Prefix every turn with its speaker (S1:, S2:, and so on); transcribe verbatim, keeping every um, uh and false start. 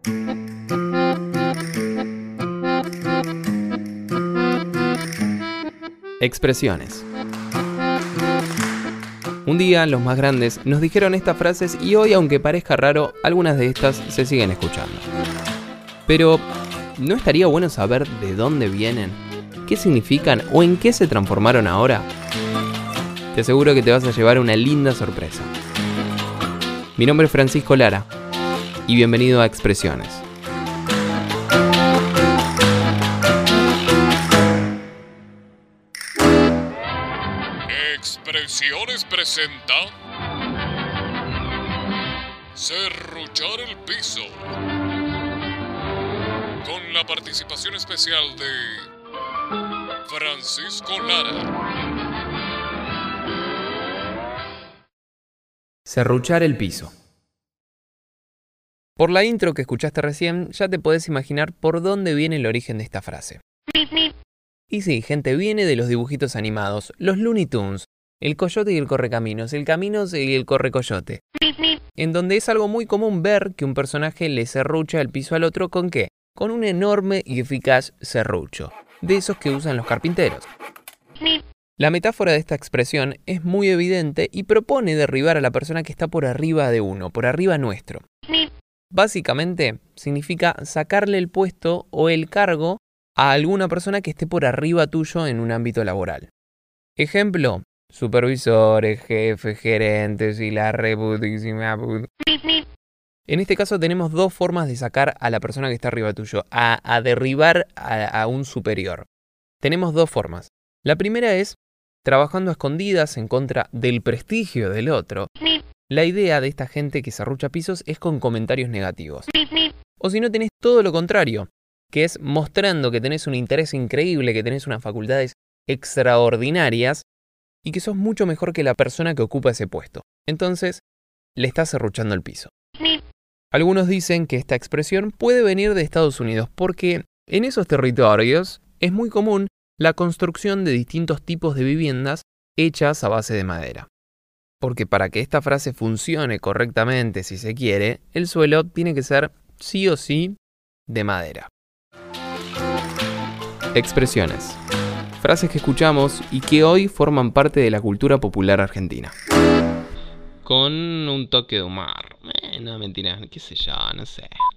S1: Expresiones. Un día los más grandes nos dijeron estas frases y hoy, aunque parezca raro, algunas de estas se siguen escuchando. Pero, ¿no estaría bueno saber de dónde vienen? ¿Qué significan o en qué se transformaron ahora? Te aseguro que te vas a llevar una linda sorpresa. Mi nombre es Francisco Lara y bienvenido a Expresiones.
S2: Expresiones presenta Serruchar el piso, con la participación especial de Francisco Lara.
S1: Serruchar el piso. Por la intro que escuchaste recién, ya te podés imaginar por dónde viene el origen de esta frase. Y sí, gente, viene de los dibujitos animados, los Looney Tunes, el coyote y el correcaminos, el caminos y el correcoyote. En donde es algo muy común ver que un personaje le serrucha el piso al otro ¿con qué? Con un enorme y eficaz serrucho, de esos que usan los carpinteros. La metáfora de esta expresión es muy evidente y propone derribar a la persona que está por arriba de uno, por arriba nuestro. Básicamente, significa sacarle el puesto o el cargo a alguna persona que esté por arriba tuyo en un ámbito laboral. Ejemplo, supervisores, jefes, gerentes y la reputísima put... En este caso tenemos dos formas de sacar a la persona que está arriba tuyo, a, a derribar a, a un superior. Tenemos dos formas. La primera es trabajando a escondidas en contra del prestigio del otro. La idea de esta gente que serrucha pisos es con comentarios negativos. O si no, tenés todo lo contrario, que es mostrando que tenés un interés increíble, que tenés unas facultades extraordinarias y que sos mucho mejor que la persona que ocupa ese puesto. Entonces, le estás serruchando el piso. Algunos dicen que esta expresión puede venir de Estados Unidos porque en esos territorios es muy común la construcción de distintos tipos de viviendas hechas a base de madera. Porque para que esta frase funcione correctamente, si se quiere, el suelo tiene que ser sí o sí de madera. Expresiones. Frases que escuchamos y que hoy forman parte de la cultura popular argentina. Con un toque de humor. Eh, no, mentira, qué sé yo, no sé.